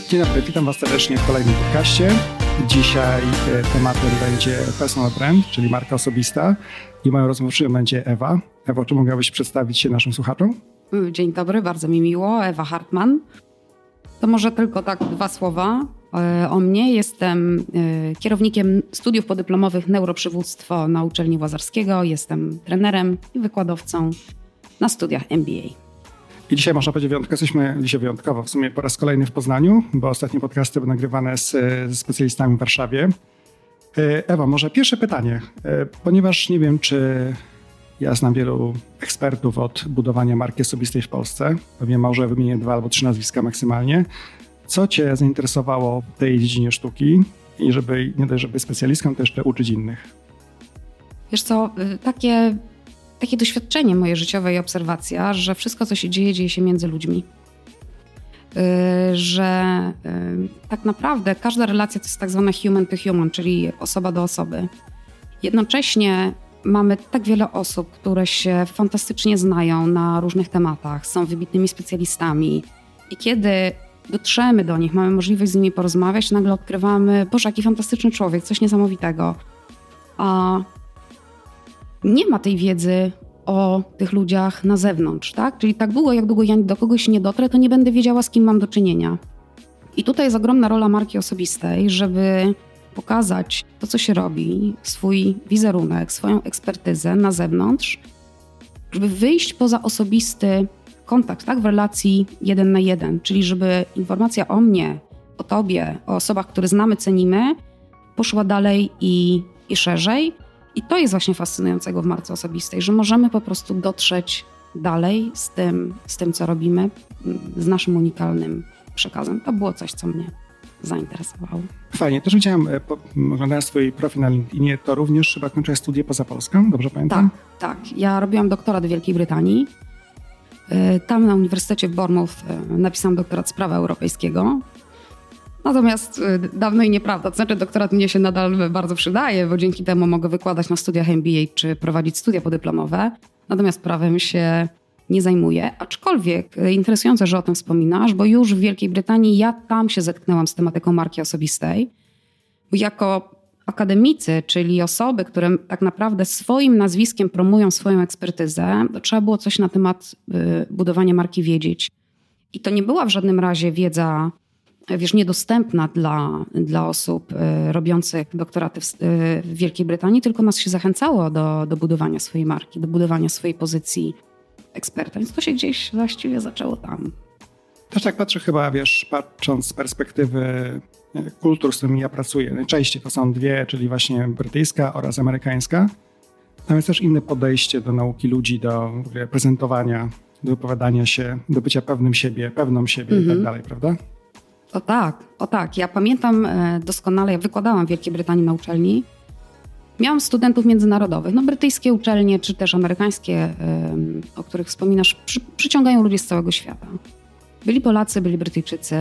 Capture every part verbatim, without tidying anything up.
Dzień dobry, witam Was serdecznie w kolejnym podcaście. Dzisiaj tematem będzie personal brand, czyli marka osobista i moją rozmówczynią będzie Ewa. Ewo, czy mogłabyś przedstawić się naszym słuchaczom? Dzień dobry, bardzo mi miło. Ewa Hartman. To może tylko tak dwa słowa o mnie. Jestem kierownikiem studiów podyplomowych neuroprzywództwo na uczelni Łazarskiego. Jestem trenerem i wykładowcą na studiach M B A. I dzisiaj można powiedzieć wyjątkowo, jesteśmy dzisiaj wyjątkowo w sumie po raz kolejny w Poznaniu, bo ostatnie podcasty były nagrywane z, ze specjalistami w Warszawie. Ewa, może pierwsze pytanie, ponieważ nie wiem, czy ja znam wielu ekspertów od budowania marki osobistej w Polsce. Pewnie może wymienię dwa albo trzy nazwiska maksymalnie. Co Cię zainteresowało w tej dziedzinie sztuki i żeby nie dość, żeby specjalistką, to jeszcze uczyć innych? Wiesz co, takie... Takie doświadczenie moje życiowe i obserwacja, że wszystko, co się dzieje, dzieje się między ludźmi. Yy, że yy, tak naprawdę każda relacja to jest tak zwana human to human, czyli osoba do osoby. Jednocześnie mamy tak wiele osób, które się fantastycznie znają na różnych tematach, są wybitnymi specjalistami i kiedy dotrzemy do nich, mamy możliwość z nimi porozmawiać, nagle odkrywamy, Boże, jaki fantastyczny człowiek, coś niesamowitego. A nie ma tej wiedzy o tych ludziach na zewnątrz, tak? Czyli tak długo, jak długo ja do kogoś nie dotrę, to nie będę wiedziała, z kim mam do czynienia. I tutaj jest ogromna rola marki osobistej, żeby pokazać to, co się robi, swój wizerunek, swoją ekspertyzę na zewnątrz, żeby wyjść poza osobisty kontakt, tak? W relacji jeden na jeden, czyli żeby informacja o mnie, o tobie, o osobach, które znamy, cenimy, poszła dalej i, i szerzej. I to jest właśnie fascynującego w marce osobistej, że możemy po prostu dotrzeć dalej z tym, z tym, co robimy, z naszym unikalnym przekazem. To było coś, co mnie zainteresowało. Fajnie. Też widziałem, oglądając twój profil na LinkedInie, to również chyba kończyłaś studia poza Polską, dobrze pamiętam? Tak, tak. Ja robiłam doktorat w Wielkiej Brytanii. Tam na Uniwersytecie w Bournemouth napisałam doktorat z prawa europejskiego. Natomiast dawno i nieprawda, to znaczy doktorat mnie się nadal bardzo przydaje, bo dzięki temu mogę wykładać na studiach M B A czy prowadzić studia podyplomowe. Natomiast prawem się nie zajmuję, aczkolwiek interesujące, że o tym wspominasz, bo już w Wielkiej Brytanii ja tam się zetknęłam z tematyką marki osobistej. Bo jako akademicy, czyli osoby, które tak naprawdę swoim nazwiskiem promują swoją ekspertyzę, to trzeba było coś na temat budowania marki wiedzieć. I to nie była w żadnym razie wiedza, wiesz, niedostępna dla, dla osób y, robiących doktoraty w, y, w Wielkiej Brytanii, tylko nas się zachęcało do, do budowania swojej marki, do budowania swojej pozycji eksperta. Więc to się gdzieś właściwie zaczęło tam. Też tak patrzę chyba, wiesz, patrząc z perspektywy kultur, z którymi ja pracuję. Najczęściej to są dwie, czyli właśnie brytyjska oraz amerykańska. Tam jest też inne podejście do nauki ludzi, do prezentowania, do wypowiadania się, do bycia pewnym siebie, pewną siebie mm-hmm. i tak dalej, prawda? O tak, o tak. Ja pamiętam doskonale, ja wykładałam w Wielkiej Brytanii na uczelni. Miałam studentów międzynarodowych. No, brytyjskie uczelnie, czy też amerykańskie, o których wspominasz, przy, przyciągają ludzi z całego świata. Byli Polacy, byli Brytyjczycy,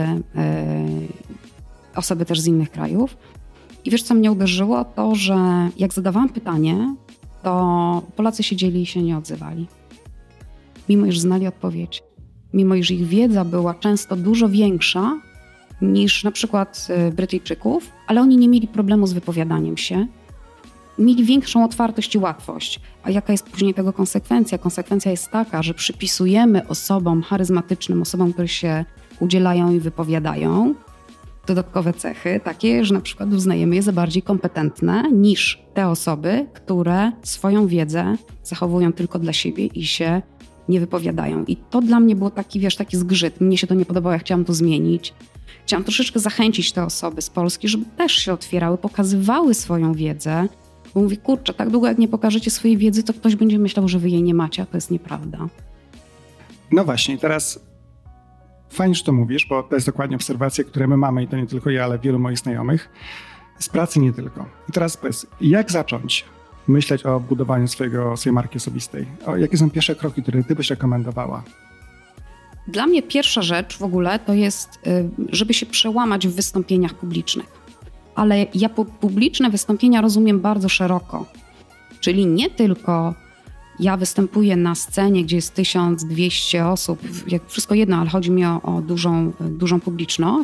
osoby też z innych krajów. I wiesz, co mnie uderzyło? To, że jak zadawałam pytanie, to Polacy siedzieli i się nie odzywali. Mimo iż znali odpowiedź. Mimo iż ich wiedza była często dużo większa niż na przykład Brytyjczyków, ale oni nie mieli problemu z wypowiadaniem się. Mieli większą otwartość i łatwość. A jaka jest później tego konsekwencja? Konsekwencja jest taka, że przypisujemy osobom charyzmatycznym, osobom, które się udzielają i wypowiadają, dodatkowe cechy, takie, że na przykład uznajemy je za bardziej kompetentne niż te osoby, które swoją wiedzę zachowują tylko dla siebie i się nie wypowiadają. I to dla mnie było taki, wiesz, taki zgrzyt. Mnie się to nie podobało, ja chciałam to zmienić. Chciałam troszeczkę zachęcić te osoby z Polski, żeby też się otwierały, pokazywały swoją wiedzę. Bo mówię, kurczę, tak długo jak nie pokażecie swojej wiedzy, to ktoś będzie myślał, że wy jej nie macie, a to jest nieprawda. No właśnie, teraz fajnie, że to mówisz, bo to jest dokładnie obserwacje, które my mamy i to nie tylko ja, ale wielu moich znajomych. Z pracy nie tylko. I teraz powiedz, jak zacząć myśleć o budowaniu swojego, swojej marki osobistej? O, jakie są pierwsze kroki, które ty byś rekomendowała? Dla mnie pierwsza rzecz w ogóle to jest, żeby się przełamać w wystąpieniach publicznych. Ale ja publiczne wystąpienia rozumiem bardzo szeroko. Czyli nie tylko ja występuję na scenie, gdzie jest tysiąc dwieście osób, jak wszystko jedno, ale chodzi mi o, o dużą, dużą publiczność,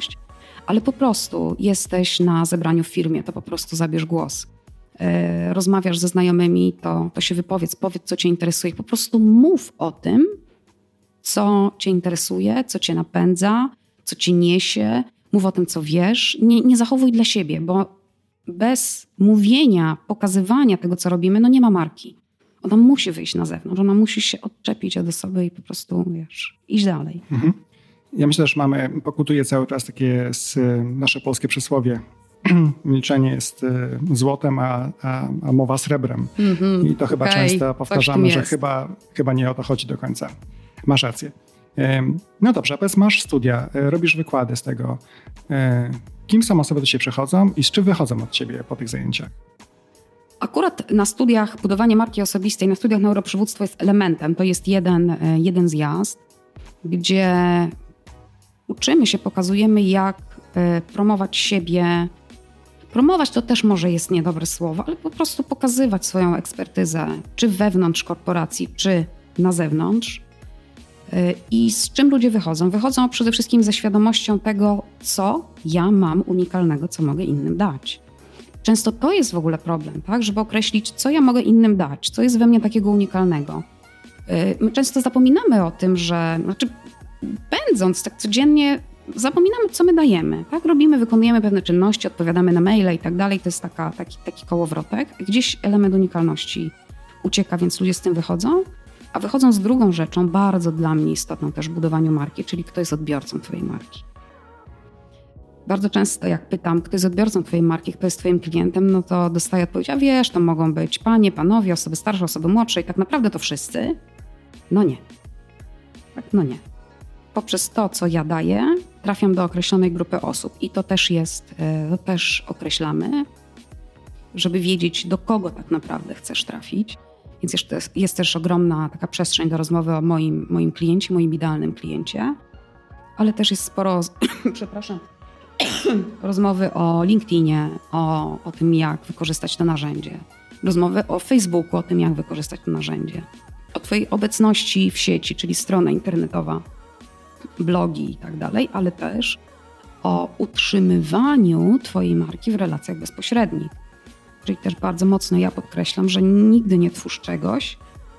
ale po prostu jesteś na zebraniu w firmie, to po prostu zabierz głos. Rozmawiasz ze znajomymi, to, to się wypowiedz, powiedz, co cię interesuje. Po prostu mów o tym, co cię interesuje, co cię napędza, co cię niesie. Mów o tym, co wiesz. Nie, nie zachowuj dla siebie, bo bez mówienia, pokazywania tego, co robimy, no nie ma marki. Ona musi wyjść na zewnątrz, ona musi się odczepić od osoby i po prostu, wiesz, iść dalej. Mhm. Ja myślę, że mamy, pokutuje cały czas takie nasze polskie przysłowie. Milczenie jest złotem, a, a, a mowa srebrem. Mm-hmm. I to chyba okay. często powtarzamy, że chyba, chyba nie o to chodzi do końca. Masz rację. No dobrze, a powiedz, masz studia, robisz wykłady z tego. Kim są osoby do ciebie przychodzą i z czym wychodzą od ciebie po tych zajęciach? Akurat na studiach budowanie marki osobistej, na studiach neuroprzywództwo jest elementem. To jest jeden, jeden zjazd, gdzie uczymy się, pokazujemy, jak promować siebie. Promować to też może jest niedobre słowo, ale po prostu pokazywać swoją ekspertyzę, czy wewnątrz korporacji, czy na zewnątrz. I z czym ludzie wychodzą? Wychodzą przede wszystkim ze świadomością tego, co ja mam unikalnego, co mogę innym dać. Często to jest w ogóle problem, tak? Żeby określić, co ja mogę innym dać, co jest we mnie takiego unikalnego. My często zapominamy o tym, że znaczy, pędząc tak codziennie, zapominamy, co my dajemy. Tak? Robimy, wykonujemy pewne czynności, odpowiadamy na maile i tak dalej. To jest taka, taki, taki kołowrotek. Gdzieś element unikalności ucieka, więc ludzie z tym wychodzą. A wychodzą z drugą rzeczą, bardzo dla mnie istotną też w budowaniu marki, czyli kto jest odbiorcą twojej marki. Bardzo często jak pytam, kto jest odbiorcą twojej marki, kto jest twoim klientem, no to dostaję odpowiedź, a wiesz, to mogą być panie, panowie, osoby starsze, osoby młodsze i tak naprawdę to wszyscy. No nie. Tak, no nie. Poprzez to, co ja daję, trafiam do określonej grupy osób i to też jest, to też określamy, żeby wiedzieć, do kogo tak naprawdę chcesz trafić. Więc jest, jest też ogromna taka przestrzeń do rozmowy o moim, moim kliencie, moim idealnym kliencie, ale też jest sporo, przepraszam, rozmowy o LinkedInie, o, o tym, jak wykorzystać to narzędzie. Rozmowy o Facebooku, o tym, jak wykorzystać to narzędzie. O twojej obecności w sieci, czyli strona internetowa, blogi i tak dalej, ale też o utrzymywaniu twojej marki w relacjach bezpośrednich. Czyli też bardzo mocno ja podkreślam, że nigdy nie twórz czegoś,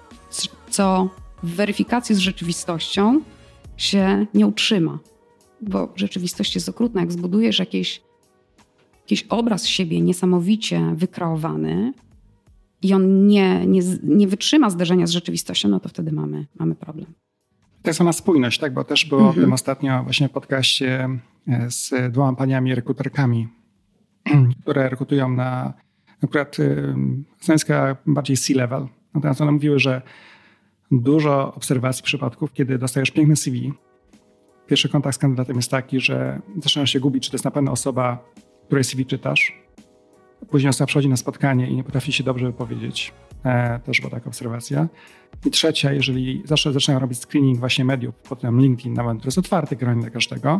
co w weryfikacji z rzeczywistością się nie utrzyma. Bo rzeczywistość jest okrutna. Jak zbudujesz jakiś, jakiś obraz siebie niesamowicie wykreowany i on nie, nie, nie wytrzyma zderzenia z rzeczywistością, no to wtedy mamy, mamy problem. Tak zwana spójność, tak? Bo też było mm-hmm. o tym ostatnio właśnie w podcaście z dwoma paniami rekruterkami, które rekrutują na akurat stanowiska bardziej C-level. Natomiast one mówiły, że dużo obserwacji przypadków, kiedy dostajesz piękny C V, pierwszy kontakt z kandydatem jest taki, że zaczynasz się gubić, czy to jest na pewno osoba, której C V czytasz. Później osoba przychodzi na spotkanie i nie potrafi się dobrze wypowiedzieć. E, też była taka obserwacja. I trzecia, jeżeli zawsze zaczynają robić screening właśnie mediów, potem LinkedIn nawet, który jest otwarty gronie dla każdego,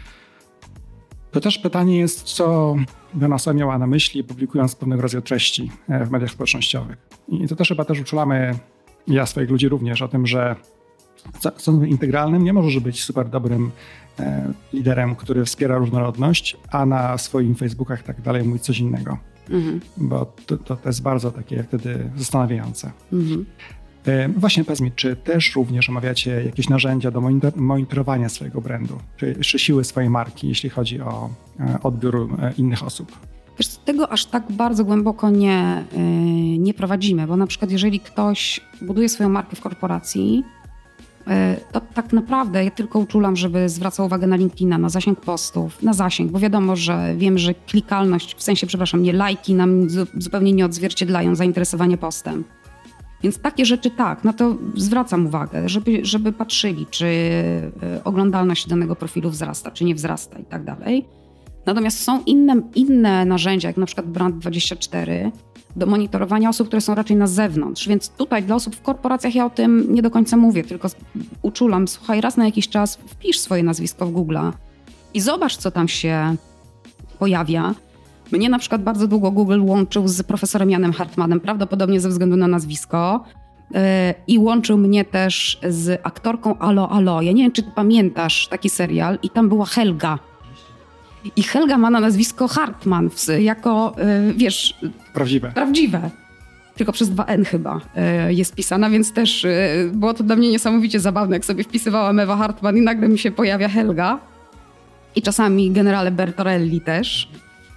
to też pytanie jest, co dana osoba miała na myśli, publikując pewnego rodzaju treści w mediach społecznościowych. I to też chyba też uczulamy, ja swoich ludzi również, o tym, że sądem integralnym nie możesz być super dobrym e, liderem, który wspiera różnorodność, a na swoim Facebookach i tak dalej mówić coś innego. Mhm. Bo to, to, to jest bardzo takie wtedy zastanawiające. Mhm. E, właśnie powiedz mi, czy też również omawiacie jakieś narzędzia do monitor- monitorowania swojego brandu, czy, czy siły swojej marki, jeśli chodzi o e, odbiór e, innych osób? Wiesz, tego aż tak bardzo głęboko nie, yy, nie prowadzimy, bo na przykład jeżeli ktoś buduje swoją markę w korporacji, to tak naprawdę ja tylko uczulam, żeby zwracał uwagę na LinkedIna, na zasięg postów, na zasięg, bo wiadomo, że wiem, że klikalność, w sensie, przepraszam, nie lajki nam zupełnie nie odzwierciedlają zainteresowanie postem. Więc takie rzeczy tak, na to zwracam uwagę, żeby, żeby patrzyli, czy oglądalność danego profilu wzrasta, czy nie wzrasta i tak dalej. Natomiast są inne, inne narzędzia, jak na przykład Brand dwadzieścia cztery, do monitorowania osób, które są raczej na zewnątrz. Więc tutaj dla osób w korporacjach ja o tym nie do końca mówię, tylko uczulam, słuchaj, raz na jakiś czas wpisz swoje nazwisko w Google'a i zobacz, co tam się pojawia. Mnie na przykład bardzo długo Google łączył z profesorem Janem Hartmanem, prawdopodobnie ze względu na nazwisko. Yy, I łączył mnie też z aktorką Alo Alo. Ja nie wiem, czy ty pamiętasz taki serial i tam była Helga. I Helga ma na nazwisko Hartman, jako, wiesz... Prawdziwe. Prawdziwe. Tylko przez dwa N chyba jest pisana, więc też było to dla mnie niesamowicie zabawne, jak sobie wpisywałam Ewa Hartman i nagle mi się pojawia Helga. I czasami generale Bertorelli też.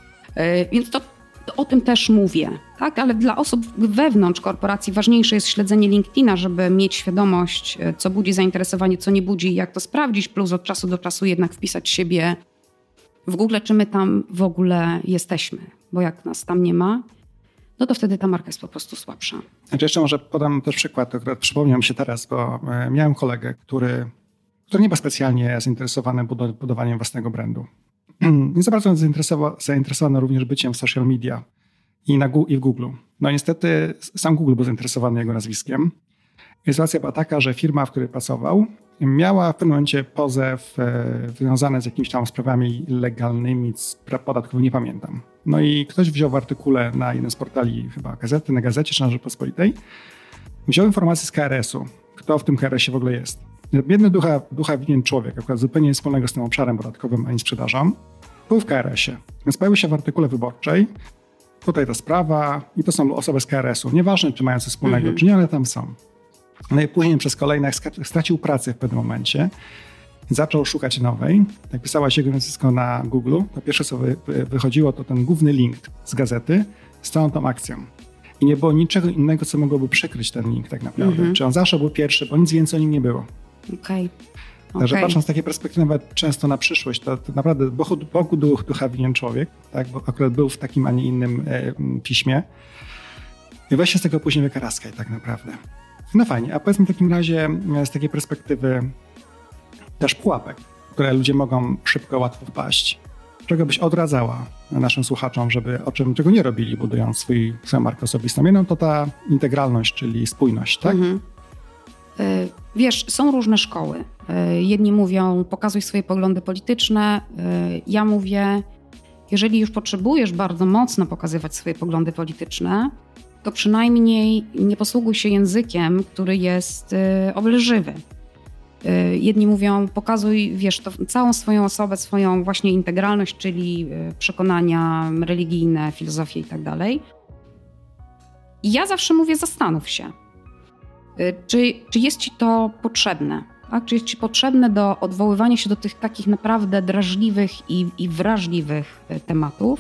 Więc to, to o tym też mówię. Tak? Ale dla osób wewnątrz korporacji ważniejsze jest śledzenie LinkedIna, żeby mieć świadomość, co budzi zainteresowanie, co nie budzi i jak to sprawdzić, plus od czasu do czasu jednak wpisać siebie w Google, czy my tam w ogóle jesteśmy. Bo jak nas tam nie ma, no to wtedy ta marka jest po prostu słabsza. Znaczy jeszcze może podam też przykład, akurat przypomniał mi się teraz, bo miałem kolegę, który, który nie był specjalnie zainteresowany budowaniem własnego brandu. Nie za bardzo zainteresowany również byciem w social media i, na, i w Google. No niestety sam Google był zainteresowany jego nazwiskiem. I sytuacja była taka, że firma, w której pracował, miała w pewnym momencie pozew związany z jakimiś tam sprawami legalnymi, podatkowymi, nie pamiętam. No i ktoś wziął w artykule na jeden z portali chyba gazety, na gazecie czy na Rzeczpospolitej, wziął informacje z K R S-u, kto w tym K R S-ie w ogóle jest. Biedny ducha, ducha winien człowiek, akurat zupełnie nic wspólnego z tym obszarem podatkowym ani sprzedażą, był w K R S-ie. Więc pojawił się w artykule wyborczej, tutaj ta sprawa i to są osoby z K R S-u. Nieważne, czy mają coś wspólnego, mm-hmm. czy nie, ale tam są. No i później przez kolejne stracił pracę w pewnym momencie. Zaczął szukać nowej. Jak pisała się jego nazwisko na Google, to pierwsze co wy, wychodziło to ten główny link z gazety z całą tą akcją. I nie było niczego innego, co mogłoby przykryć ten link tak naprawdę. Mm-hmm. Czy on zawsze był pierwszy, bo nic więcej o nim nie było. Okej. Okay. Także okay. patrząc z takiej perspektywy nawet często na przyszłość, to, to naprawdę Bogu, Bogu duch, ducha winien człowiek, tak? Bo akurat był w takim, a nie innym e, piśmie. I weź się z tego później wykaraskaj tak naprawdę. No fajnie, a powiedzmy w takim razie z takiej perspektywy też pułapek, w które ludzie mogą szybko, łatwo wpaść. Czego byś odradzała naszym słuchaczom, żeby o czym czego nie robili, budując swój, swoją markę osobistą? Jedną to ta integralność, czyli spójność, tak? Mhm. Wiesz, są różne szkoły. Jedni mówią, pokazuj swoje poglądy polityczne. Ja mówię, jeżeli już potrzebujesz bardzo mocno pokazywać swoje poglądy polityczne, to przynajmniej nie posługuj się językiem, który jest obelżywy. Jedni mówią, pokazuj, wiesz, to całą swoją osobę, swoją właśnie integralność, czyli przekonania religijne, filozofię i tak dalej. I ja zawsze mówię, zastanów się, czy, czy jest ci to potrzebne, tak? Czy jest ci potrzebne do odwoływania się do tych takich naprawdę drażliwych i, i wrażliwych tematów.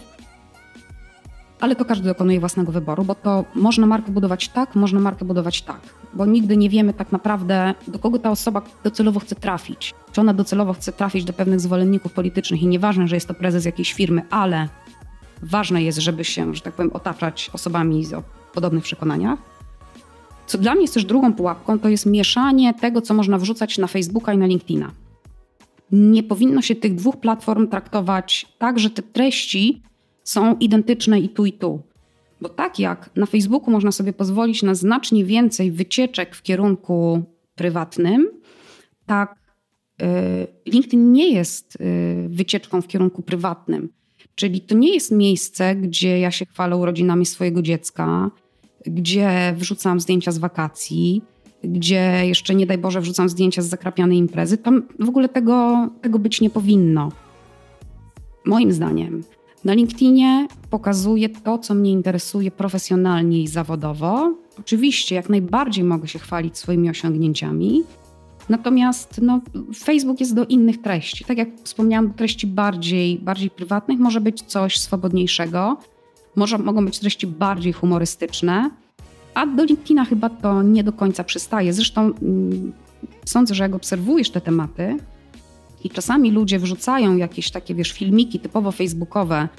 Ale to każdy dokonuje własnego wyboru, bo to można markę budować tak, można markę budować tak. Bo nigdy nie wiemy tak naprawdę, do kogo ta osoba docelowo chce trafić. Czy ona docelowo chce trafić do pewnych zwolenników politycznych i nieważne, że jest to prezes jakiejś firmy, ale ważne jest, żeby się, że tak powiem, otaczać osobami o podobnych przekonaniach. Co dla mnie jest też drugą pułapką, to jest mieszanie tego, co można wrzucać na Facebooka i na LinkedIna. Nie powinno się tych dwóch platform traktować tak, że te treści są identyczne i tu, i tu. Bo tak jak na Facebooku można sobie pozwolić na znacznie więcej wycieczek w kierunku prywatnym, tak yy, LinkedIn nie jest yy, wycieczką w kierunku prywatnym. Czyli to nie jest miejsce, gdzie ja się chwalę urodzinami swojego dziecka, gdzie wrzucam zdjęcia z wakacji, gdzie jeszcze nie daj Boże wrzucam zdjęcia z zakrapianej imprezy. Tam w ogóle tego, tego być nie powinno. Moim zdaniem. Na LinkedInie pokazuję to, co mnie interesuje profesjonalnie i zawodowo. Oczywiście jak najbardziej mogę się chwalić swoimi osiągnięciami, natomiast no, Facebook jest do innych treści. Tak jak wspomniałam, do treści bardziej, bardziej prywatnych może być coś swobodniejszego, może, mogą być treści bardziej humorystyczne, a do LinkedIna chyba to nie do końca przystaje. Zresztą mm, sądzę, że jak obserwujesz te tematy, i czasami ludzie wrzucają jakieś takie, wiesz, filmiki typowo facebookowe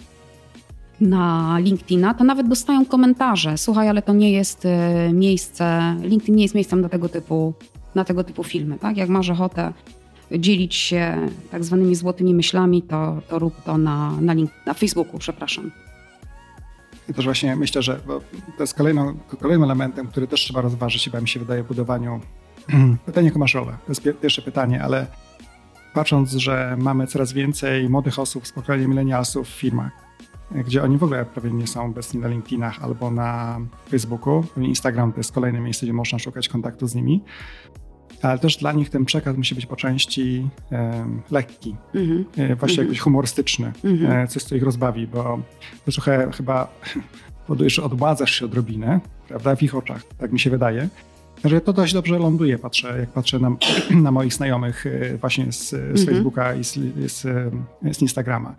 na LinkedIna, to nawet dostają komentarze. Słuchaj, ale to nie jest miejsce, LinkedIn nie jest miejscem na tego typu, na tego typu filmy. Tak? Jak masz ochotę dzielić się tak zwanymi złotymi myślami, to, to rób to na, na, link, na Facebooku, przepraszam. I też właśnie myślę, że to jest kolejną, kolejnym elementem, który też trzeba rozważyć, bo mi się wydaje w budowaniu. Pytanie, jaką masz rolę? To jest pierwsze pytanie, ale patrząc, że mamy coraz więcej młodych osób z pokolenia milenialsów w firmach, gdzie oni w ogóle prawie nie są obecni na LinkedInach albo na Facebooku. Instagram to jest kolejne miejsce, gdzie można szukać kontaktu z nimi. ale też dla nich ten przekaz musi być po części um, lekki, mm-hmm. e, właśnie mm-hmm. jakiś humorystyczny, mm-hmm. e, coś, co ich rozbawi, bo to trochę chyba powoduje, że odmładzasz się odrobinę, prawda, w ich oczach, tak mi się wydaje. Że to dość dobrze ląduje, patrzę, jak patrzę na, na moich znajomych właśnie z, z mm-hmm. Facebooka i z, z, z Instagrama.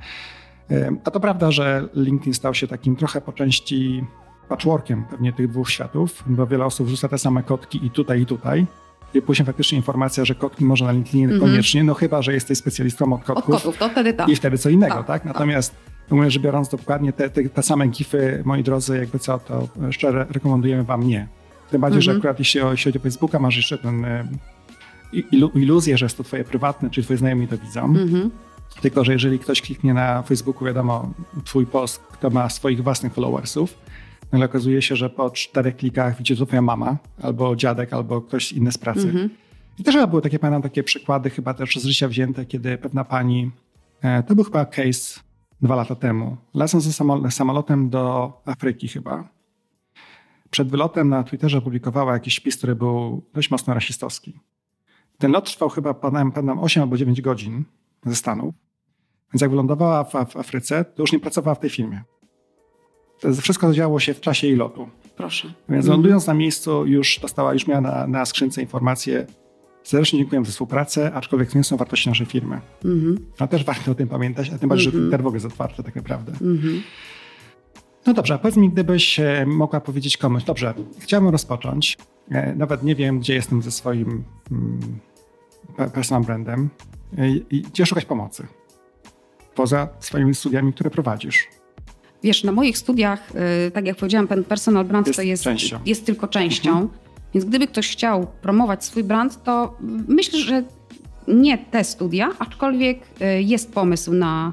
A to prawda, że LinkedIn stał się takim trochę po części patchworkiem pewnie tych dwóch światów, bo wiele osób wrzuca te same kotki i tutaj, i tutaj. I później faktycznie informacja, że kotki można na LinkedInie mm-hmm. koniecznie, no chyba, że jesteś specjalistą od kotków. Od kotów, to wtedy tak. I wtedy co innego, tak? tak Natomiast tak. Mówię, że biorąc dokładnie te, te, te same gify, moi drodzy, jakby co, to szczerze rekomendujemy wam nie. Tym bardziej, mm-hmm. że akurat jeśli chodzi o Facebooka, masz jeszcze ten ilu, iluzję, że jest to twoje prywatne, czyli twoi znajomi to widzą. Mm-hmm. Tylko, że jeżeli ktoś kliknie na Facebooku, wiadomo, twój post, kto ma swoich własnych followersów, nagle okazuje się, że po czterech klikach widzi to twoja mama, albo dziadek, albo ktoś inny z pracy. Mm-hmm. I też chyba były takie, pamiętam, takie przykłady chyba też z życia wzięte, kiedy pewna pani, e, to był chyba case dwa lata temu, lecąc ze samol- samolotem do Afryki chyba, przed wylotem na Twitterze opublikowała jakiś wpis, który był dość mocno rasistowski. Ten lot trwał chyba, pamiętam, osiem albo dziewięć godzin ze Stanów, więc jak wylądowała w, w Afryce, to już nie pracowała w tej firmie. To wszystko działo się w czasie jej lotu. Proszę. Więc mm. lądując na miejscu już dostała, już miała na, na skrzynce informację: serdecznie dziękuję za współpracę, aczkolwiek to nie są wartości naszej firmy. Mm-hmm. No też warto o tym pamiętać, a tym bardziej, mm-hmm. że Twitter w ogóle jest otwarty tak naprawdę. Mm-hmm. No dobrze, a powiedz mi, gdybyś mogła powiedzieć komuś, dobrze, chciałbym rozpocząć, nawet nie wiem, gdzie jestem ze swoim mm, personal brandem i, i gdzie szukać pomocy, poza swoimi studiami, które prowadzisz. Wiesz, na moich studiach, tak jak powiedziałam, ten personal brand jest to jest, jest tylko częścią, mhm. więc gdyby ktoś chciał promować swój brand, to myślę, że nie te studia, aczkolwiek jest pomysł na,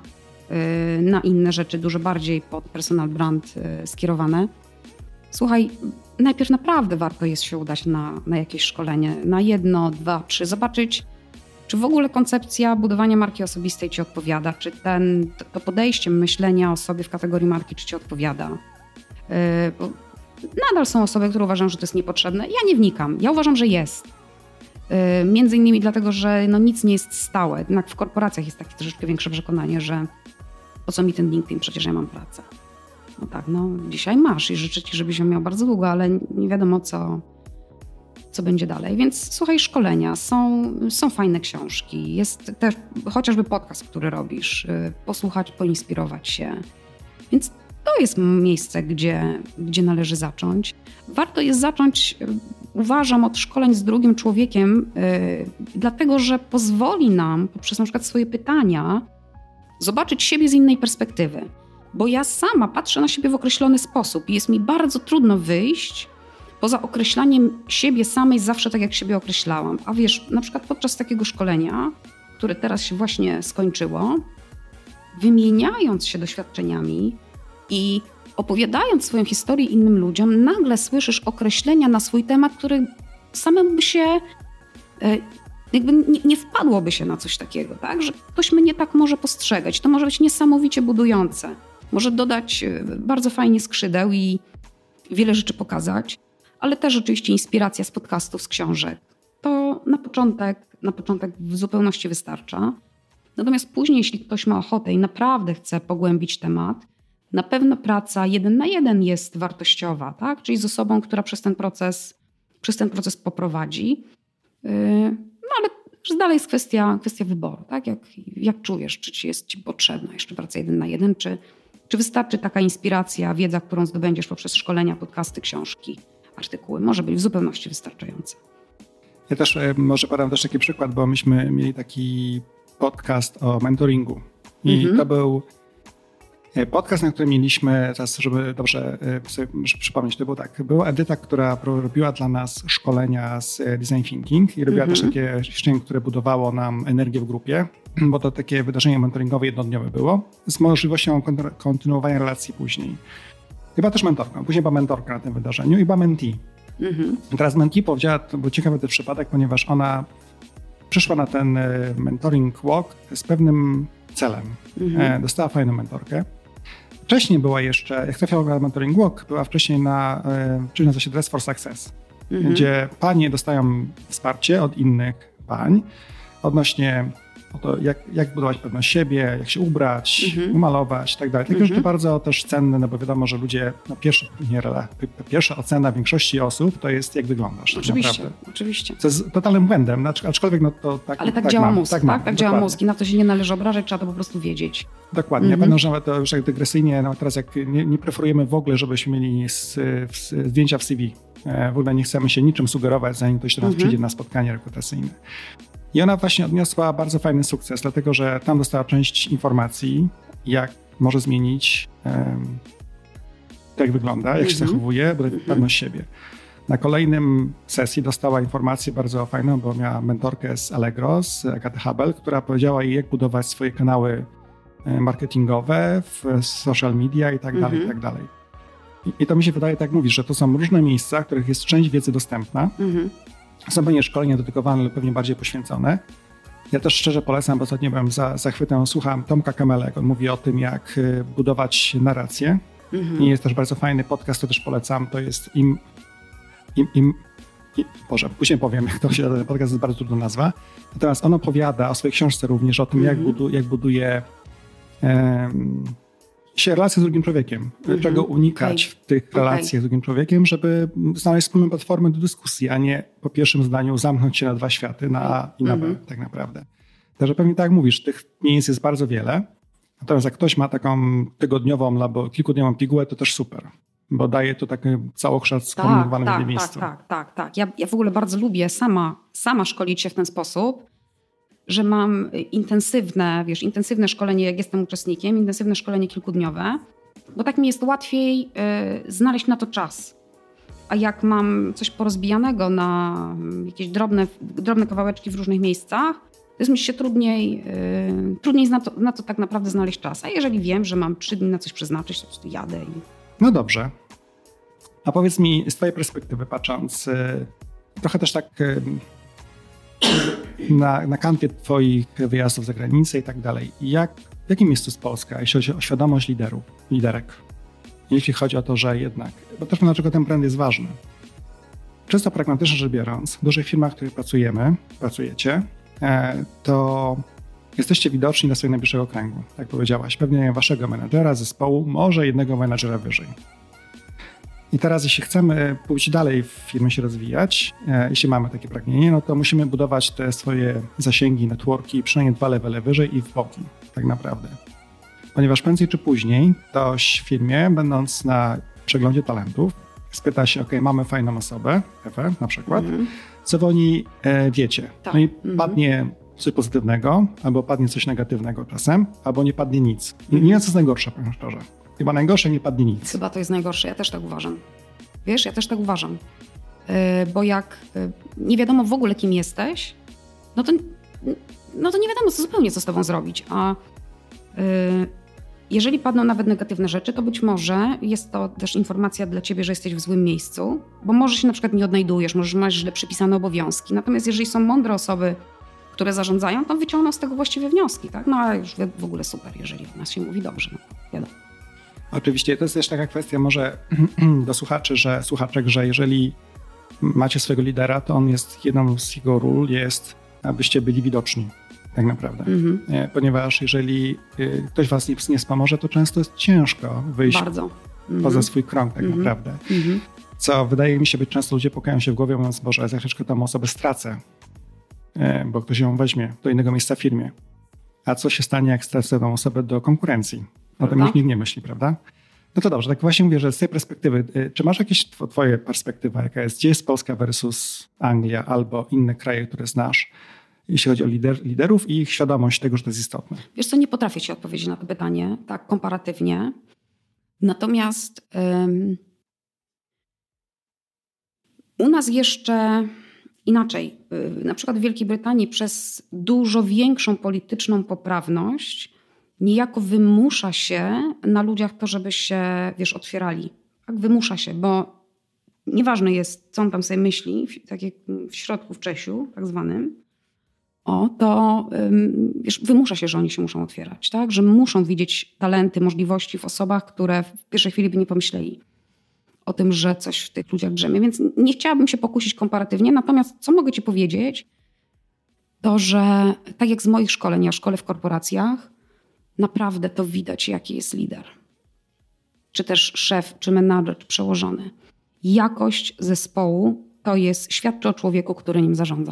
na inne rzeczy, dużo bardziej pod personal brand skierowane. Słuchaj, najpierw naprawdę warto jest się udać na, na jakieś szkolenie, na jedno, dwa, trzy, zobaczyć, czy w ogóle koncepcja budowania marki osobistej ci odpowiada, czy ten, to podejście myślenia o sobie w kategorii marki, czy ci odpowiada. Yy, bo nadal są osoby, które uważają, że to jest niepotrzebne. Ja nie wnikam. Ja uważam, że jest. Yy, między innymi dlatego, że no nic nie jest stałe. Jednak w korporacjach jest takie troszeczkę większe przekonanie, że po co mi ten LinkedIn, przecież ja mam pracę. No tak, no dzisiaj masz i życzę ci, żebyś ją miał bardzo długo, ale nie wiadomo co... co będzie dalej. Więc słuchaj, szkolenia, są, są fajne książki, jest też chociażby podcast, który robisz, posłuchać, poinspirować się. Więc to jest miejsce, gdzie, gdzie należy zacząć. Warto jest zacząć, uważam, od szkoleń z drugim człowiekiem, yy, dlatego że pozwoli nam poprzez na przykład swoje pytania zobaczyć siebie z innej perspektywy. Bo ja sama patrzę na siebie w określony sposób i jest mi bardzo trudno wyjść poza określaniem siebie samej zawsze tak, jak siebie określałam. A wiesz, na przykład podczas takiego szkolenia, które teraz się właśnie skończyło, wymieniając się doświadczeniami i opowiadając swoją historię innym ludziom, nagle słyszysz określenia na swój temat, które samemu by się, jakby nie, nie wpadłoby się na coś takiego, tak? Że ktoś mnie tak może postrzegać. To może być niesamowicie budujące. Może dodać bardzo fajnie skrzydeł i wiele rzeczy pokazać. Ale też oczywiście inspiracja z podcastów, z książek. To na początek, na początek w zupełności wystarcza. Natomiast później, jeśli ktoś ma ochotę i naprawdę chce pogłębić temat, na pewno praca jeden na jeden jest wartościowa, tak? Czyli z osobą, która przez ten proces, przez ten proces poprowadzi. No ale dalej jest kwestia, kwestia wyboru, tak? Jak, jak czujesz, czy ci jest ci potrzebna jeszcze praca jeden na jeden, czy, czy wystarczy taka inspiracja, wiedza, którą zdobędziesz poprzez szkolenia, podcasty, książki, artykuły. Może być w zupełności wystarczające. Ja też może podam też taki przykład, bo myśmy mieli taki podcast o mentoringu. I mm-hmm. to był podcast, na którym mieliśmy, teraz żeby dobrze sobie przypomnieć, to było tak, była Edyta, która robiła dla nas szkolenia z design thinking i robiła mm-hmm. też takie ćwiczenie, które budowało nam energię w grupie, bo to takie wydarzenie mentoringowe jednodniowe było, z możliwością kontynuowania relacji później. Była też mentorką, później była mentorka na tym wydarzeniu i była mentee. Mm-hmm. Teraz mentee powiedziała, to był ciekawy ten przypadek, ponieważ ona przyszła na ten mentoring walk z pewnym celem. Mm-hmm. Dostała fajną mentorkę. Wcześniej była jeszcze, jak trafiała na mentoring walk, była wcześniej na, czyli nazywa się Dress for Success. mhm. gdzie panie dostają wsparcie od innych pań odnośnie to, jak, jak budować pewność siebie, jak się ubrać, mhm. umalować i tak dalej. Takie rzeczy bardzo też cenne, no bo wiadomo, że ludzie, no pierwszy, nie, pierwsza ocena większości osób to jest jak wyglądasz. Oczywiście, tak oczywiście. Co jest totalnym błędem, aczkolwiek no to tak Ale tak, tak działa mam, mózg, tak, tak? mam, tak działa mózg i na to się nie należy obrażać, trzeba to po prostu wiedzieć. Dokładnie. Mhm. Ja pamiętam, że to już jak dygresyjnie, no teraz jak nie, nie preferujemy w ogóle, żebyśmy mieli z, z, zdjęcia w C V. W ogóle nie chcemy się niczym sugerować, zanim ktoś do nas mhm. przyjdzie na spotkanie rekrutacyjne. I ona właśnie odniosła bardzo fajny sukces, dlatego że tam dostała część informacji, jak może zmienić, um, jak wygląda, jak mm-hmm. się zachowuje, bo mm-hmm. pewność siebie. Na kolejnym sesji dostała informację bardzo fajną, bo miała mentorkę z Allegro, z Agaty Habel, która powiedziała jej, jak budować swoje kanały marketingowe w social media i tak dalej, mm-hmm. i tak dalej. I, I to mi się wydaje, tak mówisz, że to są różne miejsca, w których jest część wiedzy dostępna. Mm-hmm. Są pewnie szkolenia dedykowane, ale pewnie bardziej poświęcone. Ja też szczerze polecam, bo ostatnio byłem za zachwytem, słucham Tomka Kamela, jak on mówi o tym, jak budować narrację. Mm-hmm. I jest też bardzo fajny podcast, to też polecam. To jest im... im, im i, Boże, później powiem, jak to się ten podcast jest bardzo trudna nazwa. Natomiast on opowiada o swojej książce również, o tym, mm-hmm. jak, budu, jak buduje um, się relacje z drugim człowiekiem. Mm-hmm. Czego unikać okay. w tych relacjach okay. z drugim człowiekiem, żeby znaleźć wspólną platformę do dyskusji, a nie po pierwszym zdaniu zamknąć się na dwa światy, na A i na B, mm-hmm. tak naprawdę. Także pewnie tak jak mówisz, tych miejsc jest bardzo wiele. Natomiast jak ktoś ma taką tygodniową albo kilkudniową pigułę, to też super. Bo daje to taki całokształt skomunikowany tak, w jednym tak, miejscu. Tak, tak, tak. Ja, ja w ogóle bardzo lubię sama, sama szkolić się w ten sposób, że mam intensywne, wiesz, intensywne szkolenie, jak jestem uczestnikiem, intensywne szkolenie kilkudniowe, bo tak mi jest łatwiej y, znaleźć na to czas. A jak mam coś porozbijanego na jakieś drobne, drobne kawałeczki w różnych miejscach, to jest mi się trudniej, y, trudniej na to, na to tak naprawdę znaleźć czas. A jeżeli wiem, że mam trzy dni na coś przeznaczyć, to po prostu jadę. I... No dobrze. A powiedz mi z twojej perspektywy patrząc, y, trochę też tak... Y, Na, na kanwie twoich wyjazdów za granicę i tak dalej. Jak, w jakim miejscu jest Polska, jeśli chodzi o świadomość liderów, liderek? Jeśli chodzi o to, że jednak, bo też dlaczego ten brand jest ważny. Często pragmatycznie rzecz biorąc, w dużych firmach, w których pracujemy, pracujecie, to jesteście widoczni dla swojego najbliższego kręgu. Tak powiedziałaś, pewnie waszego menadżera, zespołu, może jednego menadżera wyżej. I teraz, jeśli chcemy pójść dalej w firmie się rozwijać, e, jeśli mamy takie pragnienie, no to musimy budować te swoje zasięgi, networki przynajmniej dwa levele wyżej i w boki, tak naprawdę. Ponieważ prędzej czy później ktoś w firmie, będąc na przeglądzie talentów, spyta się, ok, mamy fajną osobę, Ewę na przykład, mm-hmm. co wy o niej e, wiecie. Tak. No i mm-hmm. padnie coś pozytywnego, albo padnie coś negatywnego czasem, albo nie padnie nic. I nie wiem, co jest najgorsze, powiem szczerze. Chyba najgorsze, nie padnie nic. Chyba to jest najgorsze, ja też tak uważam. Wiesz, ja też tak uważam. Yy, bo jak yy, nie wiadomo w ogóle, kim jesteś, no to, no to nie wiadomo co zupełnie, co z tobą zrobić. A yy, jeżeli padną nawet negatywne rzeczy, to być może jest to też informacja dla ciebie, że jesteś w złym miejscu, bo może się na przykład nie odnajdujesz, może masz źle przypisane obowiązki. Natomiast jeżeli są mądre osoby, które zarządzają, to wyciągną z tego właściwe wnioski. Tak? No ale już w ogóle super, jeżeli o nas się mówi dobrze. No, wiadomo. Oczywiście, to jest też taka kwestia może do słuchaczy, że słuchaczek, że jeżeli macie swojego lidera, to on jest, jedną z jego ról jest, abyście byli widoczni, tak naprawdę. Mm-hmm. Ponieważ jeżeli ktoś was nie, nie wspomoże, to często jest ciężko wyjść Bardzo. poza mm-hmm. swój krąg, tak mm-hmm. naprawdę. Mm-hmm. Co wydaje mi się być, często ludzie pukają się w głowie, mówiąc, Boże, za chwileczkę tą osobę stracę, bo ktoś ją weźmie do innego miejsca w firmie. A co się stanie, jak stracę tą osobę do konkurencji? O tym już nikt nie myśli, prawda? No to dobrze, tak właśnie mówię, że z tej perspektywy, czy masz jakieś twoje perspektywa, jaka jest, gdzie jest Polska versus Anglia albo inne kraje, które znasz, jeśli chodzi o lider, liderów i ich świadomość tego, że to jest istotne? Wiesz co, nie potrafię ci odpowiedzieć na to pytanie, tak komparatywnie. Natomiast um, u nas jeszcze inaczej. Na przykład w Wielkiej Brytanii przez dużo większą polityczną poprawność niejako wymusza się na ludziach to, żeby się, wiesz, otwierali. Tak, wymusza się, bo nieważne jest, co on tam sobie myśli, tak jak w środku, w Czesiu, tak zwanym, o, to wiesz, wymusza się, że oni się muszą otwierać, tak? Że muszą widzieć talenty, możliwości w osobach, które w pierwszej chwili by nie pomyśleli. o tym, że coś w tych ludziach drzemie. Więc nie chciałabym się pokusić komparatywnie. Natomiast co mogę ci powiedzieć, to że tak jak z moich szkoleń, ja szkolę w korporacjach, naprawdę to widać, jaki jest lider. Czy też szef, czy menadżer, czy przełożony. Jakość zespołu to jest, świadczy o człowieku, który nim zarządza.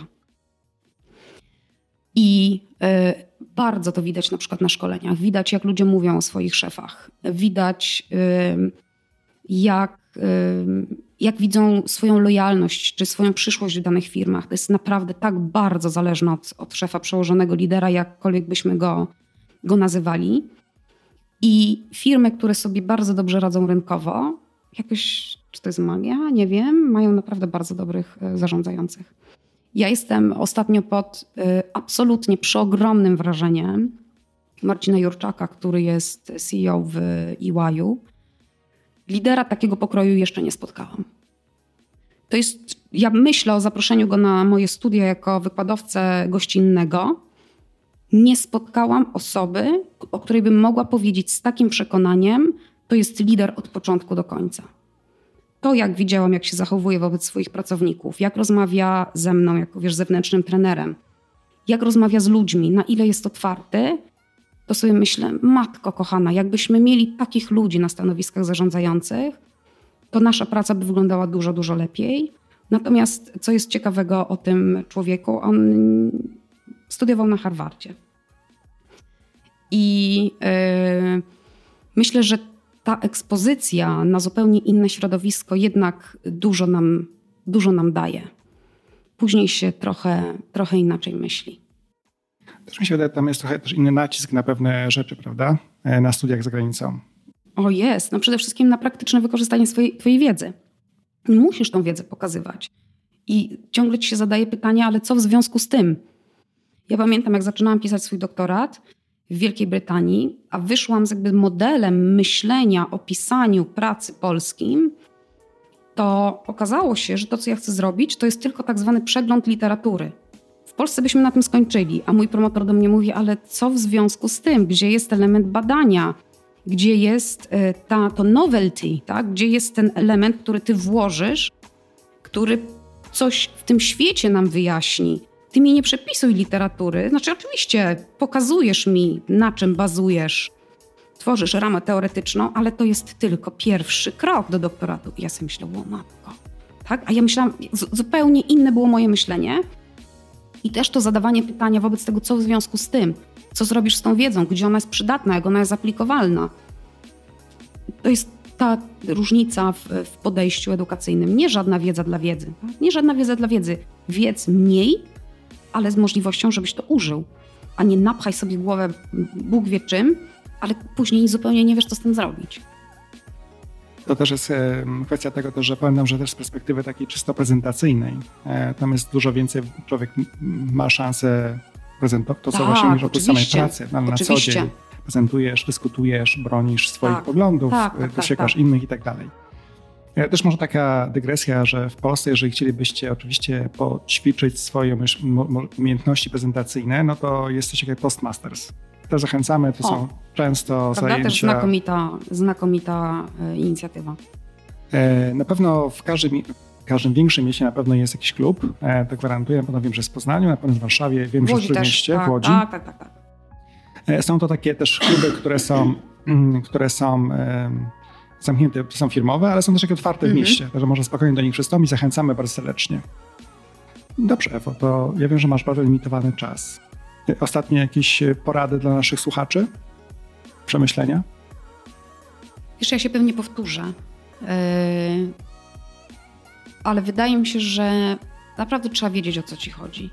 I y, bardzo to widać na przykład na szkoleniach. Widać, jak ludzie mówią o swoich szefach. Widać, y, jak, y, jak widzą swoją lojalność, czy swoją przyszłość w danych firmach. To jest naprawdę tak bardzo zależne od, od szefa, przełożonego lidera, jakkolwiek byśmy go, go nazywali. I firmy, które sobie bardzo dobrze radzą rynkowo, jakoś, czy to jest magia? Nie wiem, mają naprawdę bardzo dobrych y, zarządzających. Ja jestem ostatnio pod y, absolutnie przeogromnym wrażeniem Marcina Jurczaka, który jest C E O w E Y. Lidera takiego pokroju jeszcze nie spotkałam. To jest, ja myślę o zaproszeniu go na moje studia jako wykładowcę gościnnego. Nie spotkałam osoby, o której bym mogła powiedzieć z takim przekonaniem, to jest lider od początku do końca. To, jak widziałam, jak się zachowuje wobec swoich pracowników, jak rozmawia ze mną, jako wiesz, zewnętrznym trenerem, jak rozmawia z ludźmi, na ile jest otwarty, to sobie myślę, matko kochana, jakbyśmy mieli takich ludzi na stanowiskach zarządzających, to nasza praca by wyglądała dużo, dużo lepiej. Natomiast co jest ciekawego o tym człowieku, on studiował na Harvardzie. I yy, myślę, że ta ekspozycja na zupełnie inne środowisko jednak dużo nam, dużo nam daje. Później się trochę, trochę inaczej myśli. Też mi się wydaje, że tam jest trochę też inny nacisk na pewne rzeczy, prawda? Na studiach za granicą. O jest, no przede wszystkim na praktyczne wykorzystanie swojej, twojej wiedzy. Musisz tą wiedzę pokazywać. I ciągle ci się zadaje pytanie, ale co w związku z tym? Ja pamiętam, jak zaczynałam pisać swój doktorat w Wielkiej Brytanii, a wyszłam z jakby modelem myślenia o pisaniu pracy polskim, to okazało się, że to, co ja chcę zrobić, to jest tylko tak zwany przegląd literatury. W Polsce byśmy na tym skończyli, a mój promotor do mnie mówi, ale co w związku z tym? Gdzie jest element badania? Gdzie jest ta, to novelty, tak? Gdzie jest ten element, który ty włożysz, który coś w tym świecie nam wyjaśni? Ty mi nie przepisuj literatury. Znaczy oczywiście pokazujesz mi, na czym bazujesz, tworzysz ramę teoretyczną, ale to jest tylko pierwszy krok do doktoratu. I ja sobie myślę, o matko. Tak? A ja myślałam, z- zupełnie inne było moje myślenie. I też to zadawanie pytania wobec tego, co w związku z tym, co zrobisz z tą wiedzą, gdzie ona jest przydatna, jak ona jest aplikowalna. To jest ta różnica w, w podejściu edukacyjnym. Nie żadna wiedza dla wiedzy. Tak? Nie żadna wiedza dla wiedzy. Wiedz mniej, ale z możliwością, żebyś to użył. A nie napchaj sobie głowę Bóg wie czym, ale później zupełnie nie wiesz, co z tym zrobić. To też jest kwestia tego, też, że pamiętam, że też z perspektywy takiej czysto prezentacyjnej, tam jest dużo więcej, człowiek ma szansę prezentować to, co tak, właśnie mówisz o tej samej oczywiście. pracy, ale na co dzień prezentujesz, dyskutujesz, bronisz swoich tak, poglądów, tak, tak, dosiekasz tak, tak. innych i tak dalej. Też może taka dygresja, że w Polsce, jeżeli chcielibyście oczywiście poćwiczyć swoje umiejętności prezentacyjne, no to jest coś jak Toastmasters. To zachęcamy, to o, są często prawda? zajęcia... Też znakomita, znakomita e, inicjatywa. E, na pewno w każdym, w każdym większym mieście na pewno jest jakiś klub, e, to gwarantuję, na pewno wiem, że jest w Poznaniu, na pewno jest w Warszawie, wiem, że w Trójmieście, tak, w Łodzi. Tak, tak, tak, tak. E, są to takie też kluby, które są, które są e, zamknięte, są firmowe, ale są też takie otwarte w mieście, także można spokojnie do nich przystąpić. Zachęcamy bardzo serdecznie. Dobrze, Ewo, to ja wiem, że masz bardzo limitowany czas. Ostatnie jakieś porady dla naszych słuchaczy? Przemyślenia? Wiesz, ja się pewnie powtórzę, yy, ale wydaje mi się, że naprawdę trzeba wiedzieć, o co ci chodzi.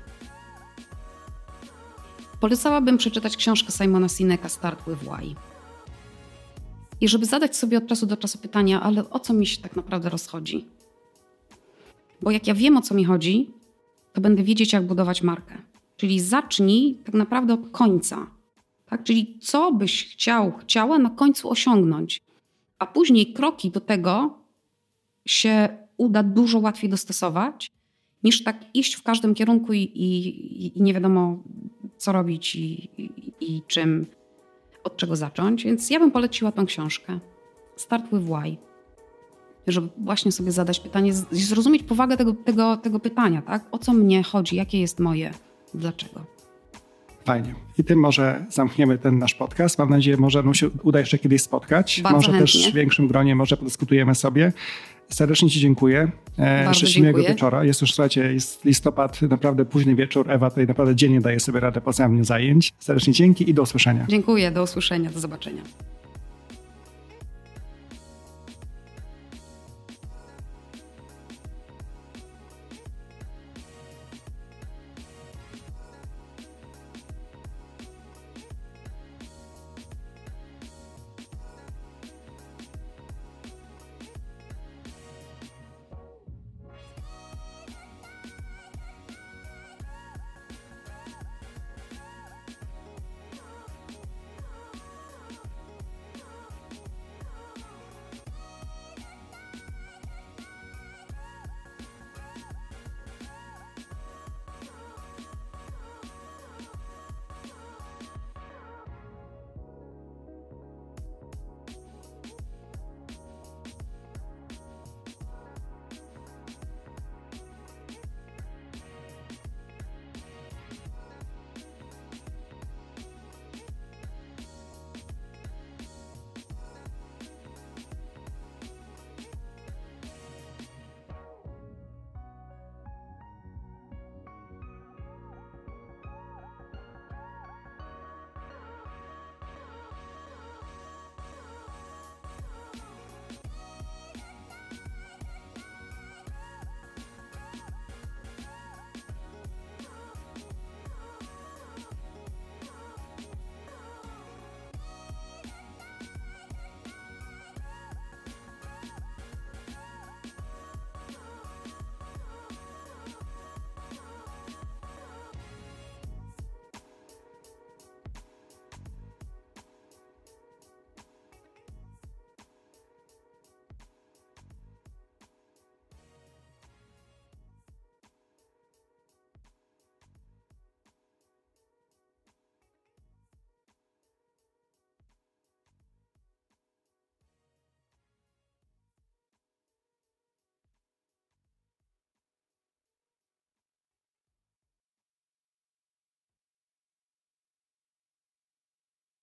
Polecałabym przeczytać książkę Simona Sineka Start with Why. I żeby zadać sobie od czasu do czasu pytania, ale o co mi się tak naprawdę rozchodzi? Bo jak ja wiem, o co mi chodzi, to będę wiedzieć, jak budować markę. Czyli zacznij tak naprawdę od końca. Tak? Czyli co byś chciał, chciała na końcu osiągnąć. A później kroki do tego się uda dużo łatwiej dostosować, niż tak iść w każdym kierunku i, i, i nie wiadomo, co robić i, i, i czym, od czego zacząć. Więc ja bym poleciła tą książkę. Start with Why. żeby właśnie sobie zadać pytanie, zrozumieć powagę tego, tego, tego pytania, tak? O co mnie chodzi, jakie jest moje, dlaczego. Fajnie. I tym może zamkniemy ten nasz podcast. Mam nadzieję, może nam się uda jeszcze kiedyś spotkać. Bardzo może chętnie. też w większym gronie, może podyskutujemy sobie. Serdecznie Ci dziękuję. Bardzo Życzę miłego dziękuję. wieczora. Jest już, słuchajcie, jest listopad, naprawdę późny wieczór. Ewa tutaj naprawdę dziennie daje sobie radę po zajęciu zajęć. Serdecznie dzięki i do usłyszenia. Dziękuję, do usłyszenia, do zobaczenia.